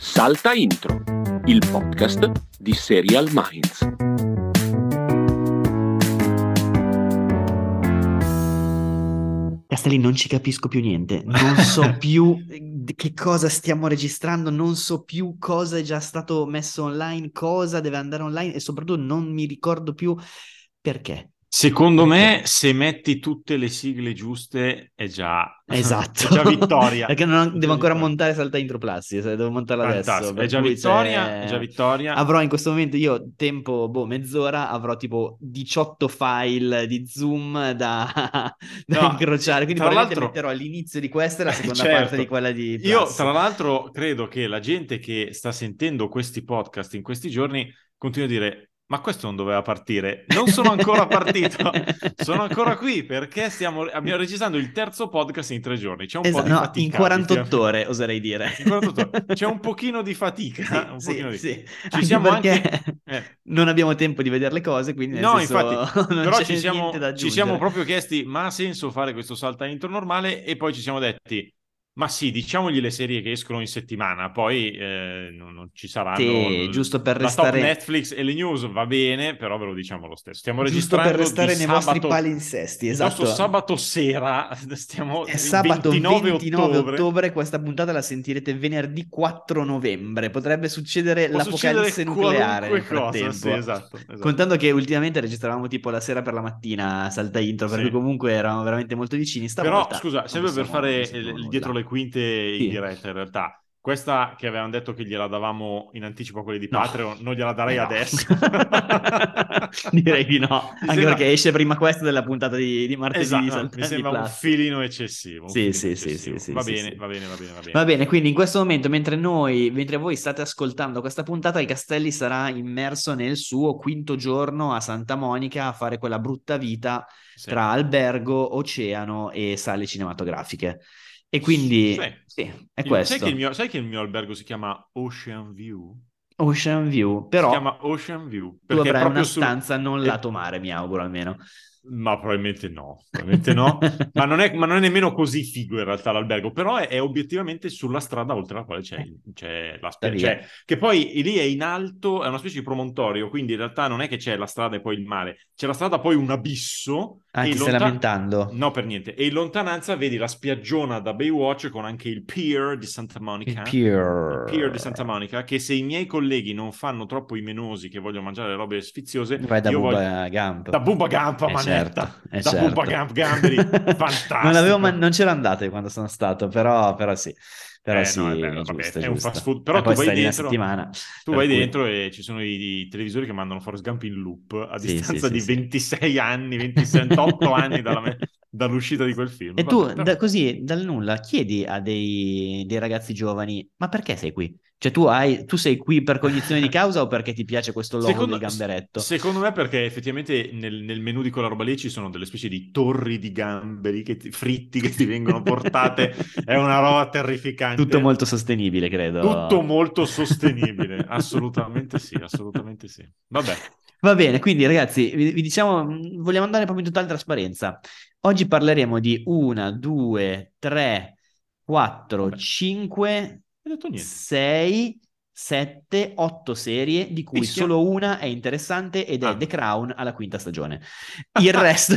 Salta Intro, il podcast di Serial Minds. Castelli, non ci capisco più niente, non so più che cosa stiamo registrando, non so più cosa è già stato messo online, cosa deve andare online e soprattutto non mi ricordo più perché. Secondo me, se metti tutte le sigle giuste è già, Esatto, è già vittoria. perché devo già ancora vittoria. montare Salta Intro Plus, devo montarla adesso. Fantastico, Per è già cui vittoria, è già vittoria. Avrò in questo momento io tempo, mezz'ora, avrò tipo 18 file di Zoom da No, incrociare, quindi tra probabilmente l'altro- metterò all'inizio di questa e la seconda Certo. parte di quella di Plus. Io, tra l'altro, credo che la gente che sta sentendo questi podcast in questi giorni continui a dire: ma questo non doveva partire. Non sono ancora partito, sono ancora qui perché abbiamo registrando il terzo podcast in 3 giorni. C'è un po' di No, fatica. in 48 ore, oserei dire. In 48 ore. C'è un pochino di fatica. Sì. Ci siamo perché anche... non abbiamo tempo di vedere le cose, quindi nel No, senso, infatti, non però c'è niente da ci siamo aggiungere. proprio chiesti: ma ha senso fare questo salto intro normale? E poi ci siamo detti: ma sì, diciamogli le serie che escono in settimana, poi non ci saranno Sì, giusto per la top restare... Netflix e le news, va bene, però ve lo diciamo lo stesso. Stiamo Giusto per registrando restare di nei vostri sabato, palinsesti, il nostro esatto. sabato sera, stiamo È il sabato 29 ottobre. ottobre, questa puntata la sentirete venerdì 4 novembre. Potrebbe succedere Può l'apocalisse succedere nucleare nel qualunque cosa, frattempo. sì, esatto. Contando che ultimamente registravamo tipo la sera per la mattina, Salta Intro, per Sì. cui comunque eravamo veramente molto vicini. Però, Stavolta scusa, non sempre per possiamo fare nulla. dietro le quinte in Sì. diretta, in realtà, questa che avevamo detto che gliela davamo in anticipo a quelli di No. Patreon, non gliela darei No. adesso. Direi di no, Mi anche sembra- perché esce prima questa della puntata di martedì di Esatto, Salta mi sembra di un Plus. filino eccessivo. Sì. Va bene, Sì. va bene. Va bene, quindi in questo momento, mentre voi state ascoltando questa puntata, il Castelli sarà immerso nel suo quinto giorno a Santa Monica a fare quella brutta vita Sì. tra albergo, oceano e sale cinematografiche. E quindi, sì, è questo. Sai che il mio albergo si chiama Ocean View? Ocean View, Si però chiama Ocean View, tu perché è avrai proprio una stanza non è- lato mare, mi auguro almeno. Ma probabilmente no. Ma non è nemmeno così figo in realtà l'albergo, però è obiettivamente sulla strada oltre la quale c'è la spiaggia. via. Cioè, che poi lì è in alto, è una specie di promontorio, quindi in realtà non è che c'è la strada e poi il mare, c'è la strada poi un abisso. Ah, E ti stai lamentando? No, per niente. E in lontananza vedi la spiaggiona da Baywatch con anche il pier di Santa Monica. Il Il pier di pier. Santa Monica, che se i miei colleghi non fanno troppo i menosi che vogliono mangiare le robe sfiziose, Vai da io voglio... Bubba Gump. Da Bubba Gump a manetta. Certo. Bubba Gump Gamberi. Fantastico. Non c'ero andato quando sono stato, però sì. Però sì, No, è è bello, vabbè, giusto, è un fast giusto. food. Però E tu poi vai stai lì una dentro, settimana. per cui... dentro e ci sono i televisori che mandano Forrest Gump in loop a distanza di Sì. 26 anni, 28 anni dall'uscita di quel film. E tu, Vabbè, però... così, dal nulla, chiedi a dei ragazzi giovani, ma perché sei qui? Cioè tu sei qui per cognizione di causa o perché ti piace questo logo del gamberetto? Secondo me perché effettivamente nel menù di quella roba lì ci sono delle specie di torri di gamberi fritti che ti vengono portate. È una roba terrificante. Tutto molto sostenibile, credo. Tutto molto sostenibile, assolutamente sì. Vabbè. Va bene, quindi ragazzi, vi diciamo, vogliamo andare proprio in totale trasparenza. Oggi parleremo di 1, 2, 3, 4, Vabbè. 5, Non hai detto niente. 6, 7, 8 serie, di cui Fischia. solo una è interessante ed è The Crown alla quinta stagione. Il resto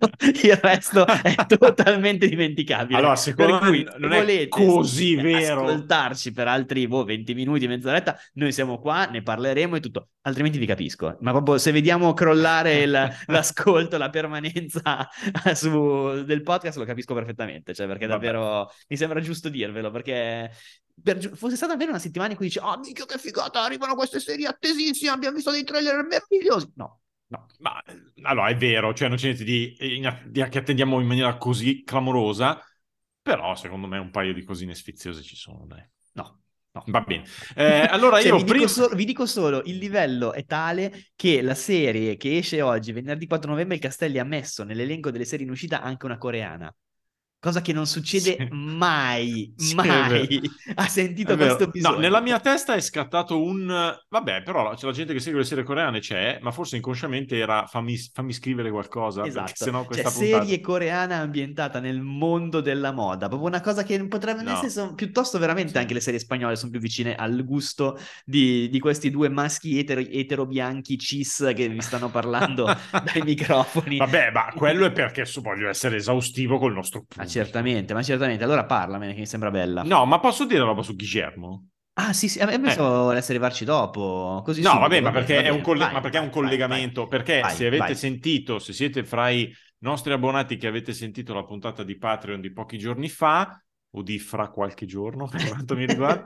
è totalmente dimenticabile. Allora, secondo Per cui, me se non è volete così vero. ascoltarci per altri 20 minuti, mezz'oretta, noi siamo qua, ne parleremo e tutto. Altrimenti vi capisco. Ma proprio se vediamo crollare l'ascolto, la permanenza del podcast, lo capisco perfettamente. Cioè, perché davvero mi sembra giusto dirvelo, perché fosse stata almeno una settimana in cui dice: oh, minchia, che figata, arrivano queste serie attesissime, abbiamo visto dei trailer meravigliosi. No, ma allora è vero, cioè non c'è niente che attendiamo in maniera così clamorosa, però secondo me un paio di cosine sfiziose ci sono, dai. No. Va bene. Allora cioè, io vi dico solo, il livello è tale che la serie che esce oggi, venerdì 4 novembre, il Castelli ha messo nell'elenco delle serie in uscita anche una coreana. cosa che non succede Sì. mai, Sì, è vero. mai. Ha sentito È vero. questo No, bisogno. nella mia testa è scattato un... Vabbè, però c'è la gente che segue le serie coreane, c'è, ma forse inconsciamente era fammi scrivere qualcosa, perché Esatto, sennò cioè questa puntata... serie coreana ambientata nel mondo della moda, proprio una cosa che potrebbe No. essere piuttosto veramente Sì. anche le serie spagnole sono più vicine al gusto di questi due maschi etero bianchi cis che vi stanno parlando dai microfoni. Vabbè, ma quello è perché voglio essere esaustivo col nostro Ma pubblico. ma certamente, allora parlamene che mi sembra bella. No, ma posso dire una roba su Guillermo? Ah sì, sì, a me pensavo volesse arrivarci dopo, così No, subito, vabbè, ma perché è un, ma vai, perché è un vai, collegamento? Perché se avete vai. sentito, se siete fra i nostri abbonati che avete sentito la puntata di Patreon di pochi giorni fa, o di fra qualche giorno, per quanto mi riguarda,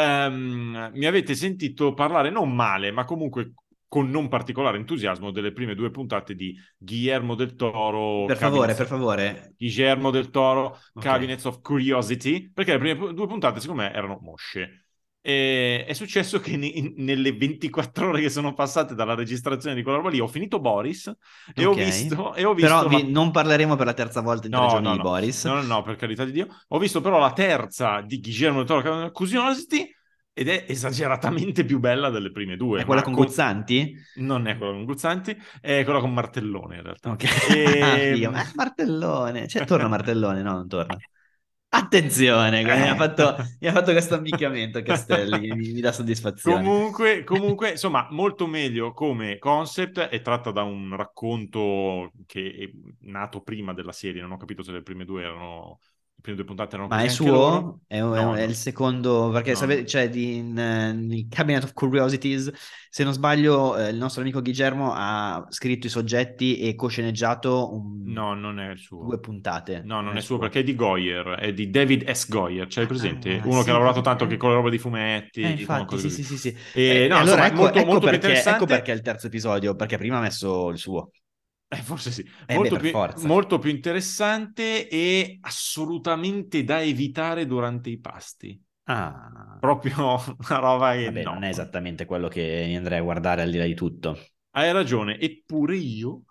mi avete sentito parlare non male, ma comunque con non particolare entusiasmo delle prime due puntate di Guillermo del Toro, Per favore. Guillermo del Toro, Ok. Cabinets of Curiosity, perché le prime due puntate, secondo me, erano mosce. E è successo che nelle 24 ore che sono passate dalla registrazione di quella roba lì ho finito Boris e ho Ok. visto, Però la... non parleremo per la terza volta in 3 giorni di Boris. No, per carità di Dio. Ho visto però la terza di Guillermo del Toro, Curiosity, ed è esageratamente più bella delle prime due, È quella ma con Guzzanti? non è quella con Guzzanti, è quella con Martellone in realtà. Ok. Figo. Martellone. Cioè, torna Martellone? No, non torna. Attenzione, mi ha fatto questo ammiccamento Castelli, che mi dà soddisfazione. Comunque, insomma, molto meglio come concept, è tratta da un racconto che è nato prima della serie, non ho capito se le prime due puntate erano Ma così è anche loro. suo? No, È il no, secondo, perché no, no. cioè, nel Cabinet of Curiosities, se non sbaglio, il nostro amico Guillermo ha scritto i soggetti e co-sceneggiato No, non è il 2 suo. puntate. No, Non non è è suo suo. perché è di Goyer, è di David S. Goyer, c'hai presente? Ah, Uno che ha sì, lavorato tanto che con la roba di fumetti, con infatti, cose sì, così. sì, sì, sì. E, E no, allora insomma, ecco, molto più ecco perché è interessante. il terzo episodio, perché prima ha messo il suo. Forse sì, Beh, per forza. molto più interessante e assolutamente da evitare durante i pasti. Ah, Proprio una roba che vabbè, non è no. esattamente quello che mi andrei a guardare al di là di tutto. Hai ragione, eppure io,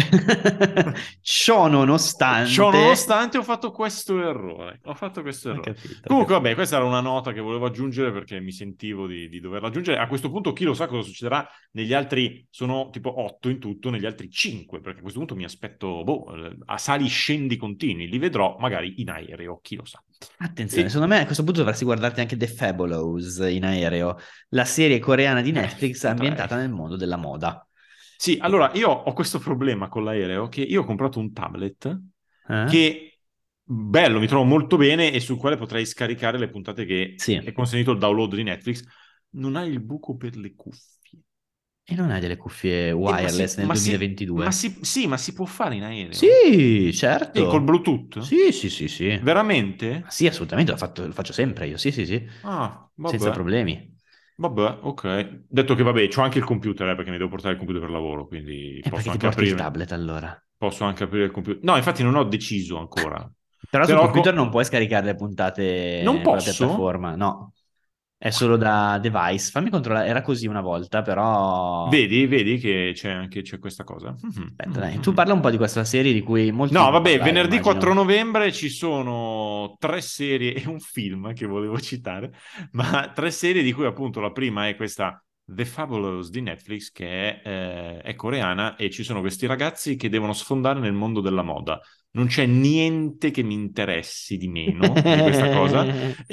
Ciò ciò nonostante, nonostante, ho fatto questo errore. Ho fatto questo ho errore. capito, ho Comunque, vabbè, capito. questa era una nota che volevo aggiungere perché mi sentivo di doverla aggiungere. A questo punto, chi lo sa cosa succederà negli altri, sono tipo 8 in tutto, negli altri 5, perché a questo punto mi aspetto, a sali scendi continui. Li vedrò magari in aereo, chi lo sa. Attenzione, E, secondo me a questo punto dovresti guardarti anche The Fabulous in aereo, la serie coreana di Netflix potrei. ambientata nel mondo della moda. Sì, allora io ho questo problema con l'aereo che io ho comprato un tablet Eh? che bello, mi trovo molto bene e sul quale potrei scaricare le puntate che è Sì. consentito il download di Netflix. Non ha il buco per le cuffie. E non hai delle cuffie Ma wireless nel 2022? sì, ma si può fare in aereo? Sì, Sì, col certo. Bluetooth? Sì, sì, sì, sì. Veramente? Sì, assolutamente, lo faccio sempre io, sì, sì, sì, Ah, senza vabbè. problemi. Vabbè, ok. Detto che vabbè, c'ho anche il computer, perché mi devo portare il computer per lavoro, quindi E perché ti porti il tablet allora? posso anche aprire il computer. No, infatti non ho deciso ancora. Però sul Però computer non puoi scaricare le puntate non con la posso? piattaforma, no. È solo da device. Fammi controllare, era così una volta, però... Vedi che c'è questa cosa. Aspetta, dai, tu parla un po' di questa serie di cui molti No, ne vabbè, parlare, venerdì 4 immagino. novembre ci sono 3 serie e un film che volevo citare, ma 3 serie di cui appunto la prima è questa The Fabulous di Netflix, che è coreana, e ci sono questi ragazzi che devono sfondare nel mondo della moda. Non c'è niente che mi interessi di meno di questa cosa,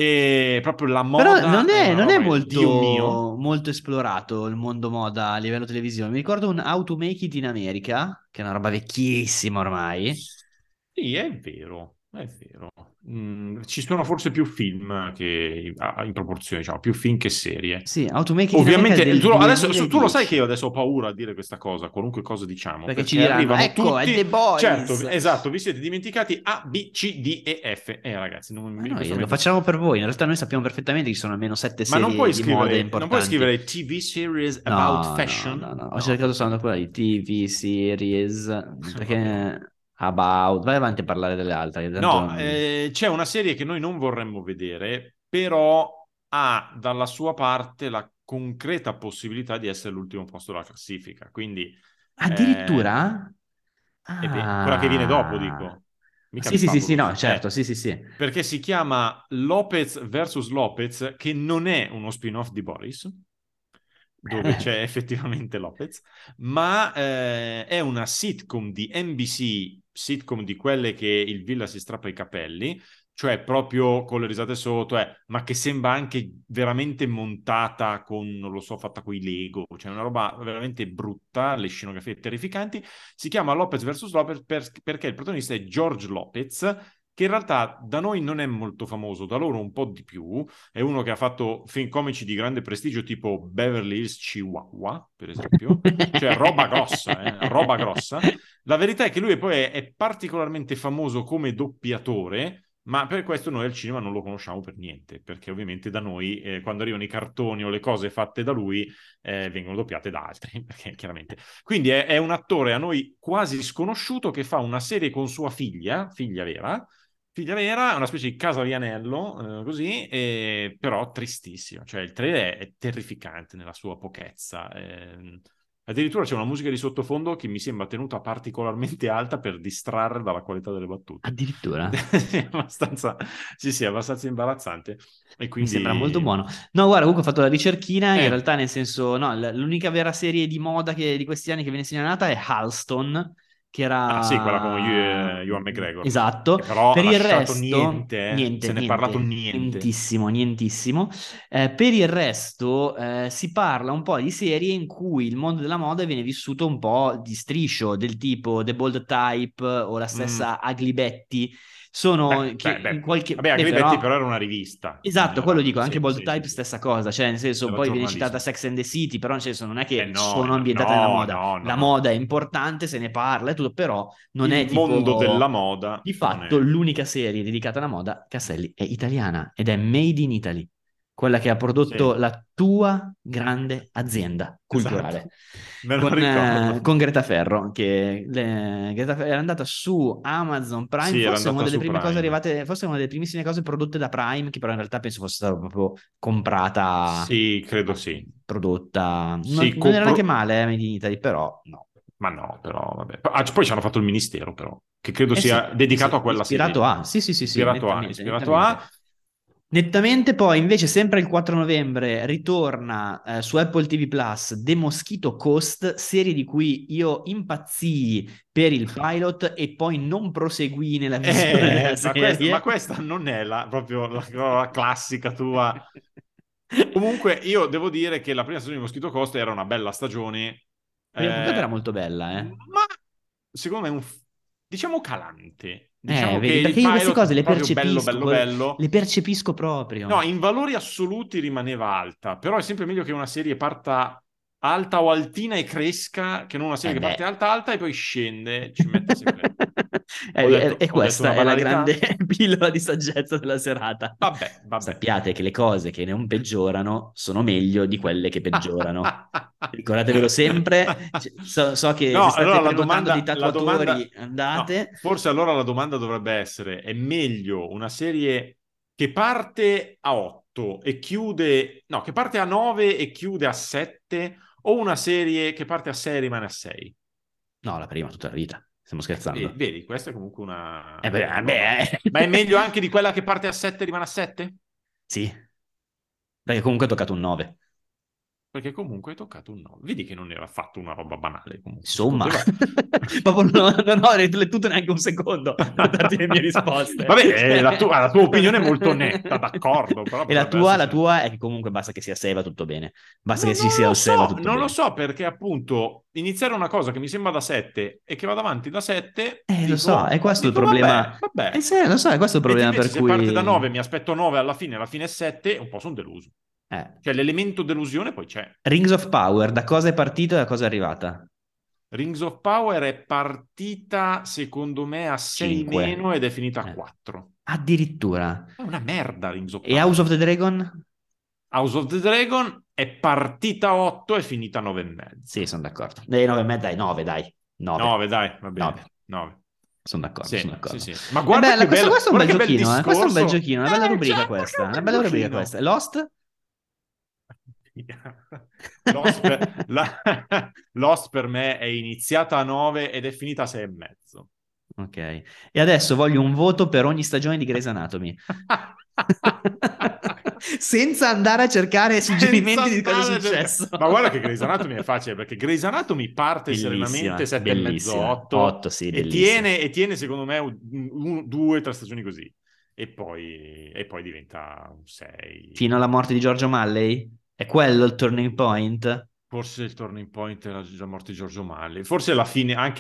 e proprio la Però moda è una non è roba che, Dio mio. molto esplorato il mondo moda a livello televisivo. Mi ricordo un How to Make It in America, che è una roba vecchissima ormai. Sì, è vero, è vero. Ci sono forse più film che in proporzione, diciamo, più film che serie. Sì, How to Make It in America è Ovviamente, del tu lo sai che io 2010. adesso ho paura a dire questa cosa, qualunque cosa diciamo, Perché ci perché diranno, arrivano ecco, è tutti. The Certo, Boys. esatto, vi siete dimenticati A, B, C, D e F. Ragazzi, Ma in questo noi lo momento... facciamo per voi. In realtà noi sappiamo perfettamente che ci sono almeno 7 Ma serie di moda non puoi importanti. scrivere TV series about No, no, no, fashion? no. Ho No. cercato soltanto quella di TV, series, Vabbè. perché About, vai avanti a parlare delle altre, che tanto No, c'è una serie che noi non vorremmo vedere, però ha dalla sua parte la concreta possibilità di essere l'ultimo posto della classifica. Quindi, addirittura? quella che viene dopo, Ah, dico. mica Sì, di sì, sì, sì, Fabulous. no, certo, sì, sì, sì. Perché si chiama Lopez vs. Lopez, che non è uno spin-off di Boris, dove c'è effettivamente Lopez, ma è una sitcom di NBC, sitcom di quelle che il Villa si strappa i capelli, cioè proprio con le risate sotto, ma che sembra anche veramente montata con, non lo so, fatta con i Lego, cioè una roba veramente brutta, le scenografie terrificanti. Si chiama Lopez vs. Lopez perché il protagonista è George Lopez, che in realtà da noi non è molto famoso, da loro un po' di più. È uno che ha fatto film comici di grande prestigio tipo Beverly Hills Chihuahua, per esempio, cioè roba grossa, roba grossa. La verità è che lui poi è particolarmente famoso come doppiatore, ma per questo noi al cinema non lo conosciamo per niente, perché ovviamente da noi quando arrivano i cartoni o le cose fatte da lui vengono doppiate da altri, perché chiaramente. Quindi è un attore a noi quasi sconosciuto che fa una serie con sua figlia vera, una specie di Casavianello, così, però tristissimo. Cioè il trailer è terrificante nella sua pochezza. Addirittura c'è una musica di sottofondo che mi sembra tenuta particolarmente alta per distrarre dalla qualità delle battute. Addirittura. Sì, abbastanza imbarazzante. E Mi sembra molto quindi... buono. No, guarda, comunque ho fatto la ricerchina, in Eh, realtà nel senso, no, l'unica vera serie di moda di questi anni che viene segnalata è Halston, che ah sì, quella con era... Ewan McGregor. Esatto. Che però ha Per il lasciato resto, niente, niente, se ne è parlato niente, niente. nientissimo, nientissimo. Per il resto si parla un po' di serie in cui il mondo della moda viene vissuto un po' di striscio, del tipo The Bold Type o la Mm. stessa Ugly Betty. Sono che in qualche... Vabbè, Beh, Agli Betty però... però era una rivista in Esatto, quello generale. dico, anche Sì, Bold sì, sì, Type sì. stessa cosa, cioè nel senso, Era poi viene citata giornalismo. Sex and the City, però nel senso non è che No, sono ambientate nella no, moda, no, no, la no. moda è importante, se ne parla e tutto, però non è Il mondo della tipo, moda di non fatto, è... l'unica serie dedicata alla moda, Castelli, è italiana ed è Made in Italy, quella che ha prodotto Sì, la tua grande azienda esatto. culturale. Me lo ricordo. Con Greta Ferro, Greta Ferro era andata su Amazon Prime, Sì, era forse una andata delle su prime cose Prime. arrivate, forse una delle primissime cose prodotte da Prime, che però in realtà penso fosse stata proprio comprata, Sì, credo no, sì. prodotta. Sì, Non era neanche male, Made in Italy, però no. Ma no, però vabbè. Poi ci hanno fatto il ministero, però, che credo Eh sia dedicato sì, a quella serie ispirato lì. a, sì, sì, sì, sì, nettamente, Ispirato a... nettamente. Nettamente, poi invece sempre il 4 novembre ritorna su Apple TV Plus The Mosquito Coast, serie di cui io impazzii per il pilot e poi non proseguì nella visione della ma serie. questa non è proprio la classica tua. Comunque, io devo dire che la prima stagione di Mosquito Coast era una bella stagione, La prima puntata era eh, molto bella, eh. ma secondo me diciamo calante. Diciamo che Vedi, il perché io queste cose pilot le proprio bello, percepisco, bello, bello. le percepisco No, proprio. in valori assoluti rimaneva alta, però è sempre meglio che una serie parta alta o altina e cresca che non una serie Eh che parte beh. alta alta e poi scende, ci mette sempre... E Ho detto questa una è la banalità? grande pillola di saggezza della serata. Vabbè. Sappiate che le cose che non peggiorano sono meglio di quelle che peggiorano. Ricordatevelo sempre. So che se No, state allora prenotando dei la tatuatori, domanda, no, andate. forse allora la domanda dovrebbe essere, è meglio una serie che parte a 8 e chiude, no, che parte a 9 e chiude a 7 o una serie che parte a 6 e rimane a 6? No, la prima tutta la vita. Stiamo scherzando. Vedi, questa è comunque una Beh, roba. Ma è meglio anche di quella che parte a 7 e rimane a 7? sì, perché comunque ha toccato un 9. Perché comunque hai toccato un 9. Vedi che non era affatto una roba banale, comunque. Si Insomma, poteva... proprio non ho riflettuto neanche un secondo per darti le mie risposte. Vabbè, la tua opinione è molto netta, d'accordo, però E potrebbe la esserci... tua è che comunque basta che sia 6 va tutto bene. Basta No, che ci sia un 6 va tutto non lo bene. so perché appunto iniziare una cosa che mi sembra da 7 e che vada avanti da 7, Lo so, è questo il vabbè, problema. vabbè. Sì, lo so, è questo il Mentre problema invece per se parte da cui... 9 mi aspetto 9 alla fine è 7, un po' sono deluso. eh. Cioè l'elemento delusione poi c'è. Rings of Power, da cosa è partito e da cosa è arrivata? Rings of Power è partita secondo me a 6 5. meno ed è finita a 4. Addirittura. È una merda Rings of E House Power. of the Dragon? House of the Dragon è partita a 8 e finita a 9 e Sì, mezzo. sono d'accordo. 9 e mezza, dai, 9, dai. 9. 9, dai, va bene. 9. 9. Sono d'accordo, sono Sì, sì, d'accordo. sì. Ma È guarda bella, che bella, questo è un bel guarda che bel giochino, eh. Questo è un bel discorso. giochino, una bella rubrica Certo che è questa. un Una bel bella rubrica giochino. questa. Lost? Lost per, Lost per me è iniziata a 9 ed è finita a 6 e mezzo. Ok. E adesso voglio un voto per ogni stagione di Grey's Anatomy. Senza andare a cercare suggerimenti di cosa è successo. Ma guarda che Grey's Anatomy è facile, perché Grey's Anatomy parte Bellissima, serenamente 7 e mezzo, bellissima. 8, 8, sì, e bellissima. tiene secondo me 2 o 3 stagioni così, e poi diventa un 6. Fino alla morte di Giorgio Malley? È quello il turning point? Forse il turning point è la morte di Giorgio Malley, forse la fine, anche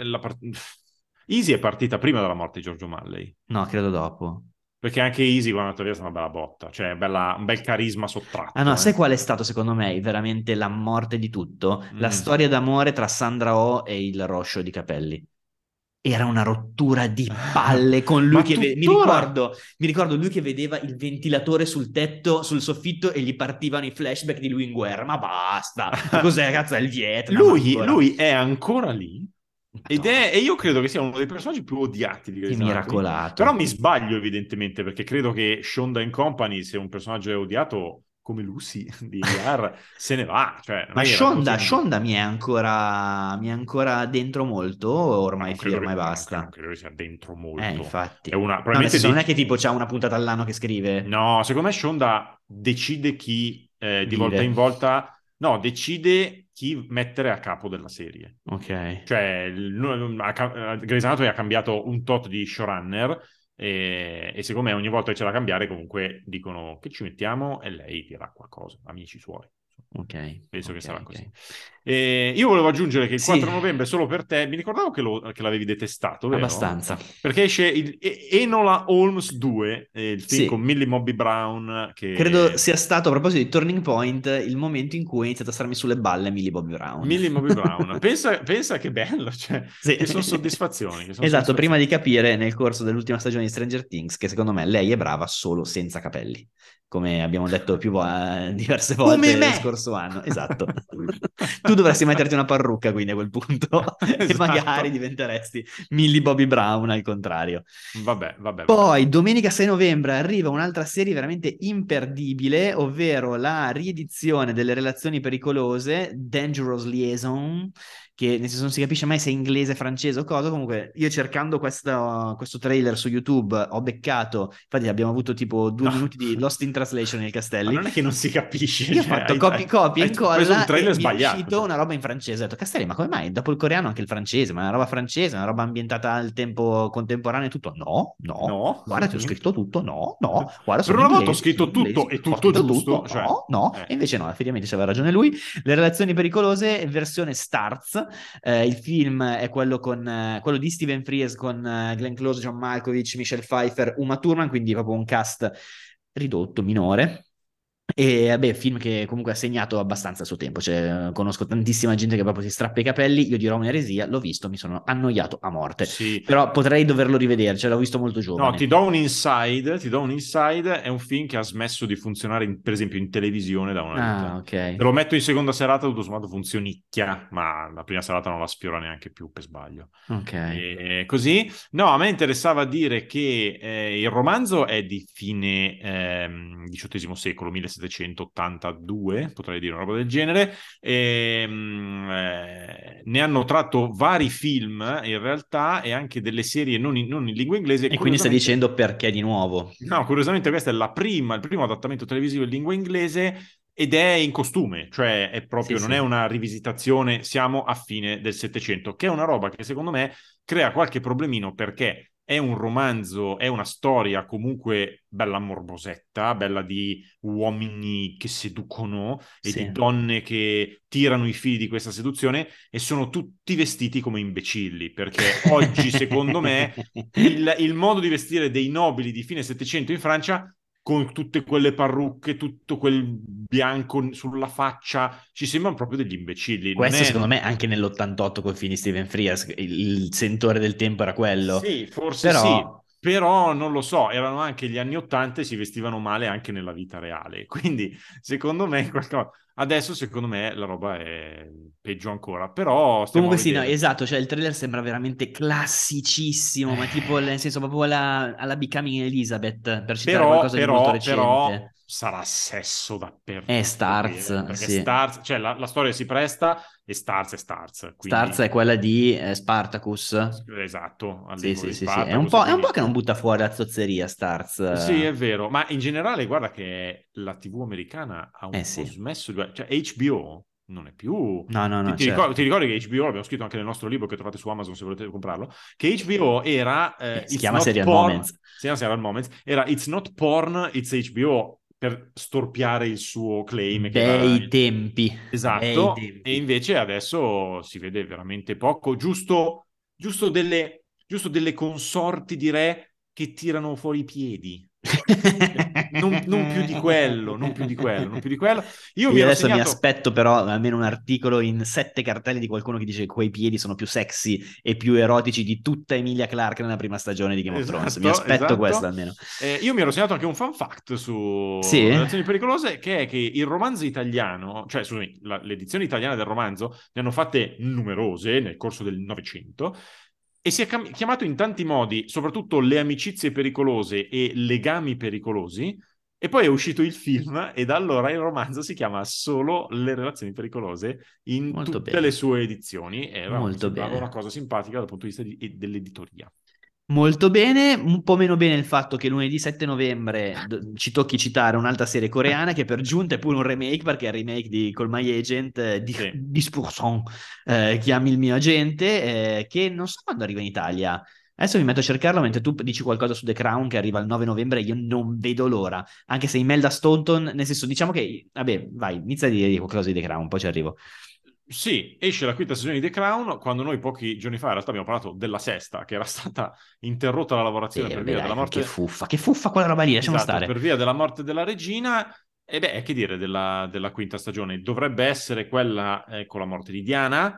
Easy è partita prima della morte di Giorgio Malley. No, credo dopo. Perché anche Easy, quando è andato via, è stata una bella botta. Cioè, un bel carisma Ah no, sottratto. sai qual è stato secondo me veramente la morte di tutto? La storia d'amore tra Sandra Oh e il Roscio di Capelli. Era una rottura di palle con lui Ma che tuttora? mi ricordo lui che vedeva il ventilatore sul tetto, sul soffitto e gli partivano i flashback di lui in guerra. Ma basta! Ma cos'è, cazzo, è il Vietnam ancora? Lui è ancora lì. Madonna, E io credo che sia uno dei personaggi più odiati di che Grey's Anatomy. Però miracolato. mi sbaglio evidentemente, perché credo che Shonda and Company, se un personaggio è odiato come Lucy di ER, se ne va. Cioè, non Ma è che era così. Shonda mi è ancora dentro molto, o Ma ormai firma e non basta? credo che sia dentro molto. Infatti. È una, No, nel probabilmente senso, non è che tipo c'ha una puntata all'anno che scrive, No, secondo me Shonda decide chi di volta vive. in volta, no, decide chi mettere a capo della serie. Ok. Cioè, Grey's Anatomy ha cambiato un tot di showrunner, e secondo me ogni volta che c'è da cambiare comunque dicono che ci mettiamo e lei dirà qualcosa, amici suoi. Ok, Penso che ok, sarà ok. così. Io volevo aggiungere che il Sì, 4 novembre, solo per te, mi ricordavo che l'avevi detestato, vero? abbastanza. Perché esce Enola Holmes 2, il film con Sì, Millie Bobby Brown, credo che sia stato, a proposito di Turning Point, il momento in cui ha iniziato a starmi sulle balle Millie Bobby Brown. Millie Bobby Brown. Pensa che bello, cioè, Sì. che sono soddisfazioni, Esatto, prima di capire nel corso dell'ultima stagione di Stranger Things che secondo me lei è brava solo senza capelli, come abbiamo detto diverse Come volte lo me! scorso anno. Esatto. Tu dovresti metterti una parrucca quindi a quel punto e magari Esatto. diventeresti Millie Bobby Brown al contrario. Vabbè. Poi, domenica 6 novembre, arriva un'altra serie veramente imperdibile, ovvero la riedizione delle Relazioni pericolose, Dangerous Liaison, che nel senso non si capisce mai se è inglese, francese o cosa. Comunque, io cercando questo trailer su YouTube ho beccato, infatti abbiamo avuto tipo 2 minuti di Lost in Translation nel Ma Castelli. non è che non si capisce, Io ho cioè, fatto copia e hai preso un incolla e trailer mi è sbagliato. uscito Cioè. una roba in francese. Ho detto, Castelli, ma come mai? Dopo il coreano anche il francese, ma è una roba francese, una roba ambientata al tempo contemporaneo e tutto. No, No, guarda, ti ho scritto tutto. No, guarda, per sono una volta ho inglesi, scritto tutto e ho tutto scritto giusto, tutto. cioè, No. E invece no, effettivamente c'aveva ragione lui. Le relazioni pericolose, versione Starz. Il film è quello di Steven Frears con Glenn Close, John Malkovich, Michelle Pfeiffer, Uma Thurman, quindi proprio un cast ridotto, minore. E vabbè, film che comunque ha segnato abbastanza il suo tempo, cioè, conosco tantissima gente che proprio si strappa i capelli, io dirò un'eresia, l'ho visto, mi sono annoiato a morte, sì. però potrei doverlo rivedere, cioè l'ho visto molto No, giovane. ti do un inside, è un film che ha smesso di funzionare, per esempio, in televisione da una Ah, vita. ok, Te lo metto in seconda serata, tutto sommato funzionicchia, ma la prima serata non la sfiora neanche più per sbaglio. ok. E così. No, a me interessava dire che il romanzo è di fine XVIII secolo, 1782, potrei dire una roba del genere. Ne hanno tratto vari film, in realtà, e anche delle serie non in lingua inglese. E quindi stai dicendo perché di nuovo? No, curiosamente questo è il primo adattamento televisivo in lingua inglese, ed è in costume, cioè è Sì, proprio, non è sì. una rivisitazione, siamo a fine del Settecento, che è una roba che secondo me crea qualche problemino, perché è un romanzo, è una storia comunque bella morbosetta, bella di uomini che seducono e di Sì. donne che tirano i fili di questa seduzione, e sono tutti vestiti come imbecilli, perché oggi, secondo me, il modo di vestire dei nobili di fine Settecento in Francia, con tutte quelle parrucche, tutto quel bianco sulla faccia, ci sembrano proprio degli imbecilli. Questo secondo me anche nell'88 col film di Steven Frears, il sentore del tempo era quello, Sì, forse sì, però però non lo so, erano anche gli anni '80 e si vestivano male anche nella vita reale, quindi secondo me adesso secondo me la roba è peggio ancora, però stiamo a comunque sì, no, vedere. esatto, cioè il trailer sembra veramente classicissimo, ma tipo nel senso proprio alla Becoming Elizabeth, per citare Però, qualcosa di molto però, però, recente. sarà sesso È dappertutto, Starz, perché sì. Starz, cioè la storia si presta e Starz è Starz, quindi Starz è quella di Spartacus. esatto, Sì, all'epoca sì, di sì, sì. È Spartacus, e è un po' quindi che non butta fuori la zozzeria, Starz. sì, è vero, ma in generale guarda che la TV americana ha un po' Sì. smesso di... Cioè HBO non è più... No, no, no, Ti certo. ricordi che HBO, l'abbiamo scritto anche nel nostro libro che trovate su Amazon se volete comprarlo, che HBO era Si It's chiama Not Serial Porn, Moments. si chiama Serial Moments, era It's Not Porn, It's HBO, per storpiare il suo claim che era... Bei tempi, bei Esatto, e tempi. invece adesso si vede veramente poco, giusto delle consorti di re che tirano fuori i piedi. Non più di quello, non più di quello, non più di quello. Io mi Io ero adesso mi segnato... aspetto però almeno un articolo in 7 cartelli di qualcuno che dice che quei piedi sono più sexy e più erotici di tutta Emilia Clarke nella prima stagione di Game of Thrones. Mi Esatto, aspetto questo esatto. almeno. Io mi ero segnato anche un fun fact su Sì? Relazioni Pericolose, che è che il romanzo italiano, cioè scusami, l'edizione italiana del romanzo, ne hanno fatte numerose nel corso del Novecento, e si è chiamato in tanti modi, soprattutto Le amicizie pericolose e Legami pericolosi, e poi è uscito il film e da allora il romanzo si chiama solo Le relazioni pericolose in Molto tutte le bene, sue edizioni, e mi molto sembrava una bene. cosa simpatica dal punto di vista dell'editoria. Molto bene, un po' meno bene il fatto che lunedì 7 novembre ci tocchi citare un'altra serie coreana che per giunta è pure un remake, perché è il remake di Call My Agent, Sì. 10%, chiami il mio agente, che non so quando arriva in Italia. Adesso mi metto a cercarlo mentre tu dici qualcosa su The Crown che arriva il 9 novembre, io non vedo l'ora, anche se Imelda Staunton, nel senso, diciamo che, vabbè, vai, inizia a dire qualcosa di The Crown, poi ci arrivo. Sì, esce la quinta stagione di The Crown, quando noi pochi giorni fa in realtà abbiamo parlato della sesta, che era stata interrotta la lavorazione Sì, per vabbè, via della dai, morte, che fuffa quella roba lì, lasciamo esatto, stare. per via della morte della regina. E beh, che dire della quinta stagione? Dovrebbe essere quella con la morte di Diana,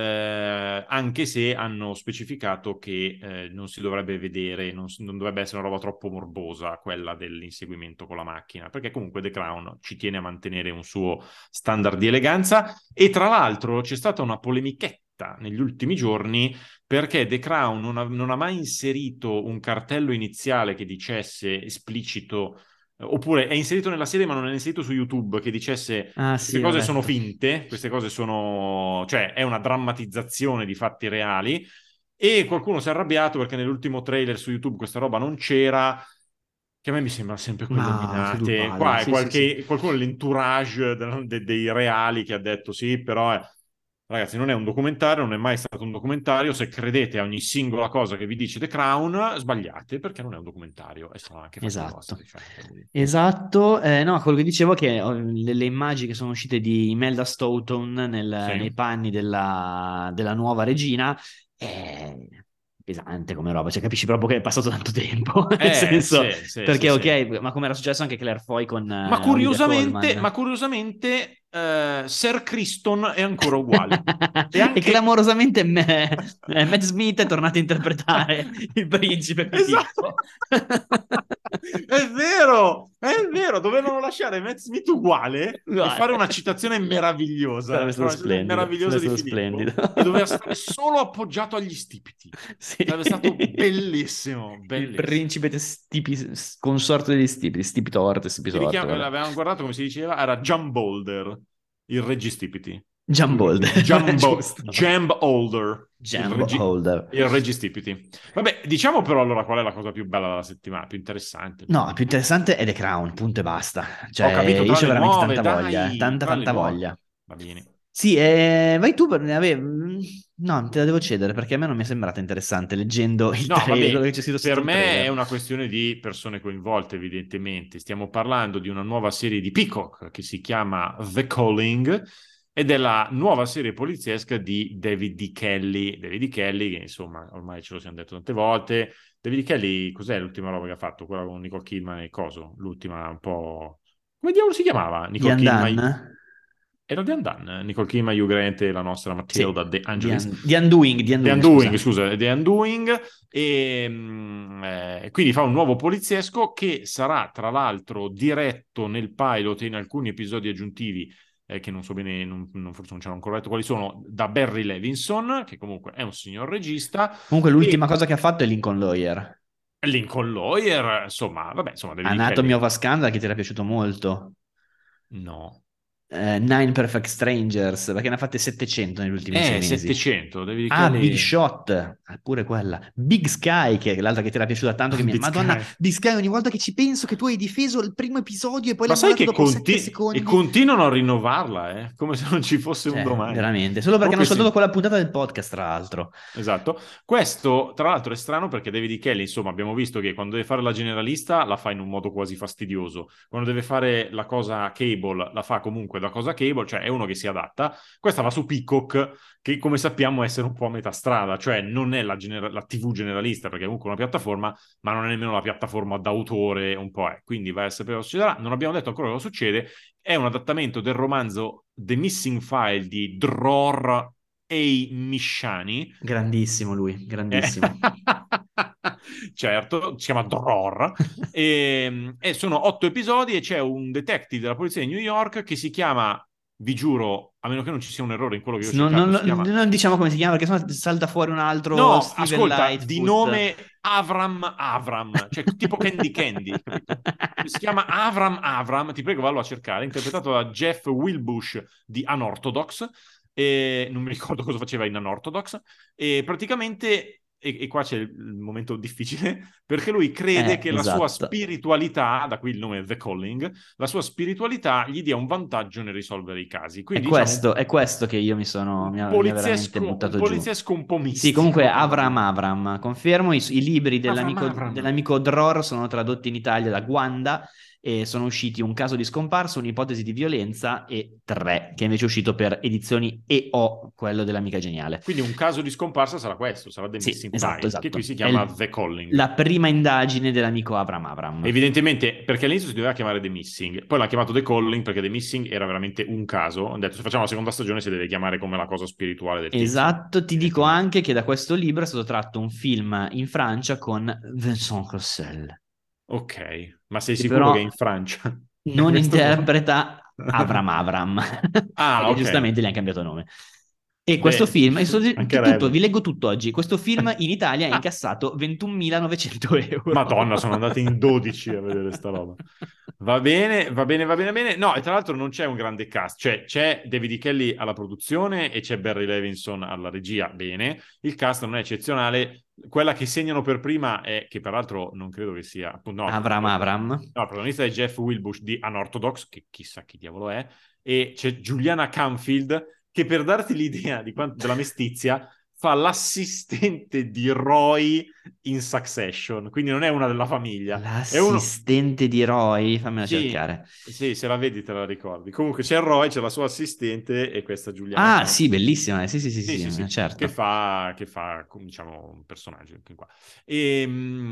anche se hanno specificato che non si dovrebbe vedere, non dovrebbe essere una roba troppo morbosa quella dell'inseguimento con la macchina, perché comunque The Crown ci tiene a mantenere un suo standard di eleganza. E tra l'altro c'è stata una polemichetta negli ultimi giorni perché The Crown non ha mai inserito un cartello iniziale che dicesse esplicito, oppure è inserito nella serie ma non è inserito su YouTube, che dicesse Ah queste sì, ho cose sono letto. finte, queste cose sono, cioè è una drammatizzazione di fatti reali, e qualcuno si è arrabbiato perché nell'ultimo trailer su YouTube questa roba non c'era, che a me mi sembra sempre quelle Ma che due menate. palle, Qua è sì, sì, sì. qualcuno dell'entourage dei reali che ha detto sì, però ragazzi, non è un documentario, non è mai stato un documentario. Se credete a ogni singola cosa che vi dice The Crown, sbagliate, perché non è un documentario e sono anche fatti Esatto. vostri. Cioè, Esatto, no, quello che dicevo è che le immagini che sono uscite di Imelda Staunton nei sì. panni della nuova regina è pesante come roba, cioè capisci proprio che è passato tanto tempo, nel senso, Sì, sì, sì, perché sì. ok, ma come era successo anche Claire Foy con Ma Olivia curiosamente, Colman. ma curiosamente Sir Criston è ancora uguale. E E anche... clamorosamente Matt Smith è tornato a interpretare il principe Esatto. Filippo. È vero, dovevano lasciare Matt Smith uguale e fare una citazione Sarebbe meravigliosa, stato una citazione splendido, sarebbe meravigliosa di stato Filippo, splendido. e doveva stare solo appoggiato agli stipiti. Sì. Sarebbe stato bellissimo, Il bellissimo. principe consorte degli stipi, stipitorte, stipitorte, vabbè. L'avevamo guardato come si diceva, era Jumbolder, il registipiti. Jumbold, giusto. Jump Holder, Jumbo holder. il registipiti. Vabbè, diciamo però allora qual è la cosa più bella della settimana, più interessante. No, più interessante è The Crown, punto e basta. Cioè, Ho capito, io tra c'ho le veramente nuove, tanta voglia, dai, tanta tra le tanta nuove. voglia. Va bene. Sì, vai tu, no, te la devo cedere perché a me non mi è sembrata interessante leggendo il No, trailer, quello vabbè, che c'è scritto sotto per il me è trailer. una questione di persone coinvolte, evidentemente. Stiamo parlando di una nuova serie di Peacock che si chiama The Calling, ed è la nuova serie poliziesca di David D. Kelly. David D. Kelly, che insomma, ormai ce lo siamo detto tante volte. David D. Kelly, cos'è l'ultima roba che ha fatto? Quella con Nicole Kidman e coso? L'ultima un po'... Come diavolo si chiamava? Nicole Ian Dunn? Kidman... Era The Undone, Nicole Kidman, Hugh Grant e la nostra Matilda Sì, De Angelis. The The Undoing, Undoing, scusa. scusa, The Undoing, e quindi fa un nuovo poliziesco che sarà tra l'altro diretto nel pilot e in alcuni episodi aggiuntivi, che non so bene, forse non c'hanno ancora detto quali sono, da Barry Levinson, che comunque è un signor regista. Comunque l'ultima E cosa che ha fatto è Lincoln Lawyer. Lincoln Lawyer, insomma, vabbè, insomma, David E. Anatomy Kelly. of a Scandal, che ti era piaciuto molto. No. Nine Perfect Strangers, perché ne ha fatte 700 negli ultimi 6 mesi. 700, David E. Ah, Kelly. Big Shot, pure quella. Big Sky, che è l'altra che ti era piaciuta tanto. Che mi... Big Madonna, Sky. Big Sky, ogni volta che ci penso che tu hai difeso il primo episodio e poi Ma l'hai sai mollato che dopo 7 secondi. e continuano a rinnovarla, come se non ci fosse un Cioè, domani. veramente, solo perché Comunque hanno saltato sì. quella puntata del podcast, tra l'altro. Esatto. Questo, tra l'altro, è strano perché David E. Kelly, insomma, abbiamo visto che quando deve fare la generalista la fa in un modo quasi fastidioso. Quando deve fare la cosa cable, la fa comunque da cosa cable, cioè è uno che si adatta. Questa va su Peacock, che come sappiamo essere un po' a metà strada, cioè non è la TV generalista, perché è comunque una piattaforma, ma non è nemmeno la piattaforma d'autore, un po' è. Quindi vai a sapere cosa succederà. Non abbiamo detto ancora cosa succede. È un adattamento del romanzo The Missing File di Dror A. Misciani. Grandissimo lui, grandissimo. Certo, si chiama Dror. E sono 8 episodi e c'è un detective della polizia di New York che si chiama, vi giuro, a meno che non ci sia un errore in quello che io ho cercato, si chiama... Non diciamo come si chiama, perché sennò salta fuori un altro No, Steven ascolta, di Lightfoot. nome Avram, cioè tipo Candy Candy, capito? Si chiama Avram, ti prego vallo a cercare, interpretato da Jeff Wilbush di Unorthodox, e non mi ricordo cosa faceva in Unorthodox, e praticamente, e qua c'è il momento difficile, perché lui crede che la sua Esatto. spiritualità, da qui il nome The Calling, la sua spiritualità gli dia un vantaggio nel risolvere i casi. È Quindi questo, è questo che io mi ha veramente un buttato giù. poliziesco un po' Sì, mistico. comunque Avram, confermo, i libri Avram. dell'amico Dror sono tradotti in Italia da Guanda e sono usciti Un caso di scomparsa, Un'ipotesi di violenza e 3, che invece è uscito per edizioni EO, quello dell'amica geniale. Quindi un caso di scomparsa sarà questo, sarà The Sì, Missing esatto, File, che qui si È chiama The Calling. la prima indagine dell'amico Avram. Evidentemente, perché all'inizio si doveva chiamare The Missing, poi l'ha chiamato The Calling perché The Missing era veramente un caso. Hanno detto, se facciamo la seconda stagione si deve chiamare come la cosa spirituale del tizio. Esatto, ti dico anche che da questo libro è stato tratto un film in Francia con Vincent Cassel. Ok, ma sei Che sicuro però che è in Francia? non interpreta Avram, perché Ok. giustamente gli hanno cambiato nome. E questo Beh, film, mancherebbe. vi leggo tutto oggi, questo film in Italia ha incassato 21.900 euro. Madonna, sono andati in 12 a vedere sta roba. Va bene, va bene, va bene, va bene. No, e tra l'altro non c'è un grande cast, cioè c'è David E. Kelly alla produzione e c'è Barry Levinson alla regia, bene. Il cast non è eccezionale. Quella che segnano per prima è, che peraltro non credo che sia, appunto, no, Avram. no, il protagonista è Jeff Wilbush di Unorthodox, che chissà chi diavolo è, e c'è Juliana Canfield, che per darti l'idea della mestizia fa l'assistente di Roy in Succession, quindi non è una della famiglia. È uno... L'assistente di Roy, fammela Sì, cercare. sì, se la vedi te la ricordi. Comunque c'è Roy, c'è la sua assistente e questa Giuliana Ah, Camp. sì, bellissima. Sì, Sì, certo. che fa, diciamo, un personaggio anche qua. E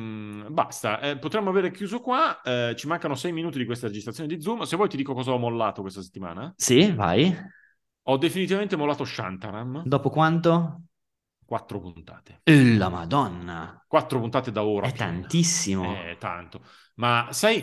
basta, potremmo avere chiuso qua. Ci mancano 6 minuti di questa registrazione di Zoom. Se vuoi ti dico cosa ho mollato questa settimana. Sì, vai. Ho definitivamente mollato Shantaram. Dopo quanto? 4 puntate. La Madonna. 4 puntate da ora È piena. tantissimo. È tanto. Ma sai,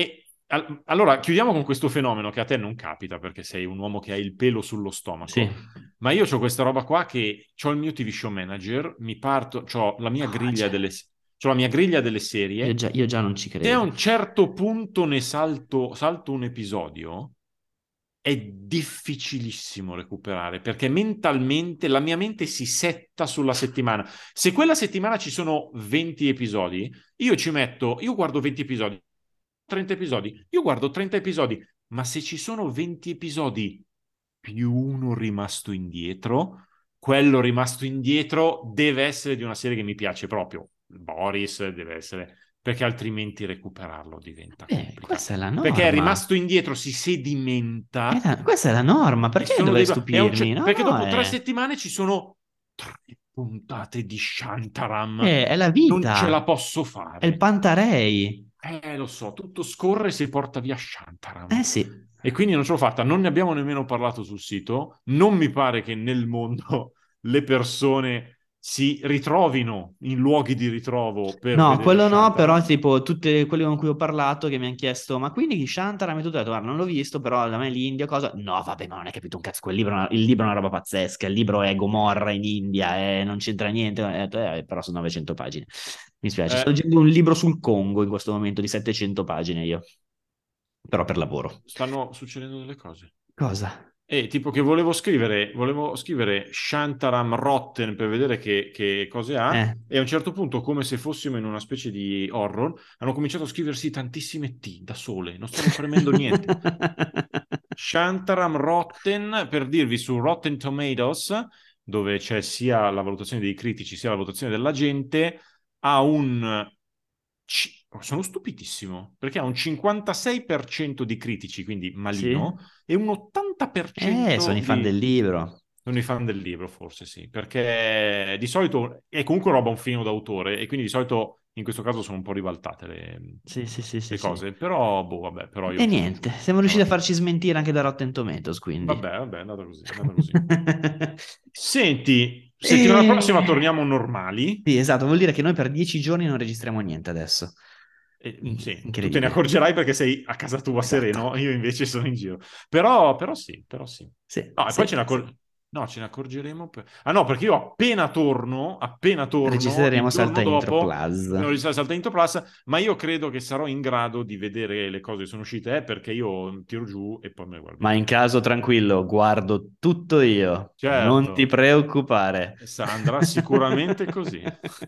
allora chiudiamo con questo fenomeno che a te non capita perché sei un uomo che ha il pelo sullo stomaco. Sì. Ma io ho questa roba qua che ho il mio TV show manager, mi parto, ho la mia griglia c'ho la mia griglia delle serie. Io già non ci credo. Se a un certo punto ne salto un episodio, è difficilissimo recuperare perché mentalmente la mia mente si setta sulla settimana. Se quella settimana ci sono 20 episodi, io guardo 20 episodi, 30 episodi, io guardo 30 episodi, ma se ci sono 20 episodi più uno rimasto indietro, quello rimasto indietro deve essere di una serie che mi piace proprio. Boris deve essere, perché altrimenti recuperarlo diventa complicato. Questa è la norma. Perché è rimasto indietro, si sedimenta. Questa è la norma, perché dovrei stupirmi? Perché dopo 3 settimane ci sono 3 puntate di Shantaram. È la vita. Non ce la posso fare. È il Pantarei. Lo so, tutto scorre e si porta via Shantaram. Sì. E quindi non ce l'ho fatta. Non ne abbiamo nemmeno parlato sul sito. Non mi pare che nel mondo le persone si ritrovino in luoghi di ritrovo per No, vedere quello no, Shantaram. però tipo tutti quelli con cui ho parlato che mi hanno chiesto ma quindi Shantaram e tutto, ho detto guarda non l'ho visto, però da me l'India cosa? No vabbè ma non hai capito un cazzo, il libro è una roba pazzesca, il libro è Gomorra in India e non c'entra niente, ho detto, però sono 900 pagine, mi spiace, sto leggendo un libro sul Congo in questo momento di 700 pagine io, però per lavoro. Stanno succedendo delle cose. Cosa? Tipo che volevo scrivere Shantaram Rotten per vedere che cose ha, e a un certo punto, come se fossimo in una specie di horror, hanno cominciato a scriversi tantissime T da sole, non stanno premendo niente. Shantaram Rotten, per dirvi, su Rotten Tomatoes, dove c'è sia la valutazione dei critici sia la valutazione della gente, ha sono stupidissimo, perché ha un 56% di critici, quindi Sì? malino, e un 80% Sono i fan del libro. sono i fan del libro, forse sì, perché di solito è comunque roba un film d'autore, e quindi di solito in questo caso sono un po' ribaltate Sì, le sì. cose, però, boh, vabbè, però io... E niente, siamo riusciti a farci smentire anche da Rotten Tomatoes, quindi. Vabbè, è andata così, è andata così. Senti, settimana E... prossima torniamo normali. Sì, esatto, vuol dire che noi per 10 giorni non registriamo niente adesso. Sì, tu te ne Incredibile. accorgerai perché sei a casa tua Esatto. sereno, io invece sono in giro. Però sì. Sì, No, e poi no, ce ne accorgeremo. Ah no, perché io appena torno, registreremo il Salta giorno Intro dopo, Plus. non registrare Salta Intro Plus, ma io credo che sarò in grado di vedere le cose che sono uscite, perché io tiro giù e poi me le guardo. Ma in caso tranquillo, guardo tutto io. Non ti Certo, preoccupare. andrà sicuramente così.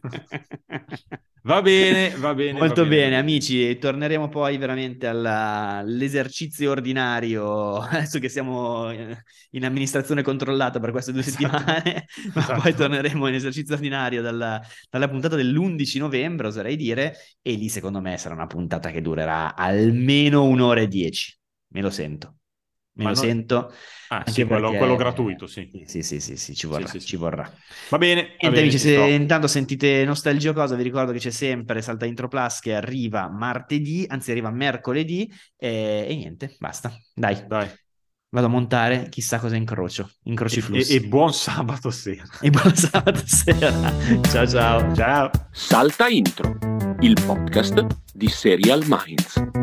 Va bene, Molto bene, amici, torneremo poi veramente all'esercizio ordinario, adesso che siamo in amministrazione controllata per queste 2 settimane, ma poi torneremo in esercizio ordinario dalla puntata dell'11 novembre, oserei dire, e lì secondo me sarà una puntata che durerà almeno 1 ora e 10, me lo sento. Sento. Ah, Anche sì, perché... quello gratuito, sì. Sì, ci vorrà, ci vorrà. Va bene, Niente, amici, ci se sto. intanto sentite Nostalgia o cosa, vi ricordo che c'è sempre Salta Intro Plus che arriva martedì, anzi arriva mercoledì, e niente, basta. Dai, vado a montare, chissà cosa incrocio i flussi. E buon sabato sera. E buon sabato sera. Ciao. Ciao. Salta Intro, il podcast di Serial Minds.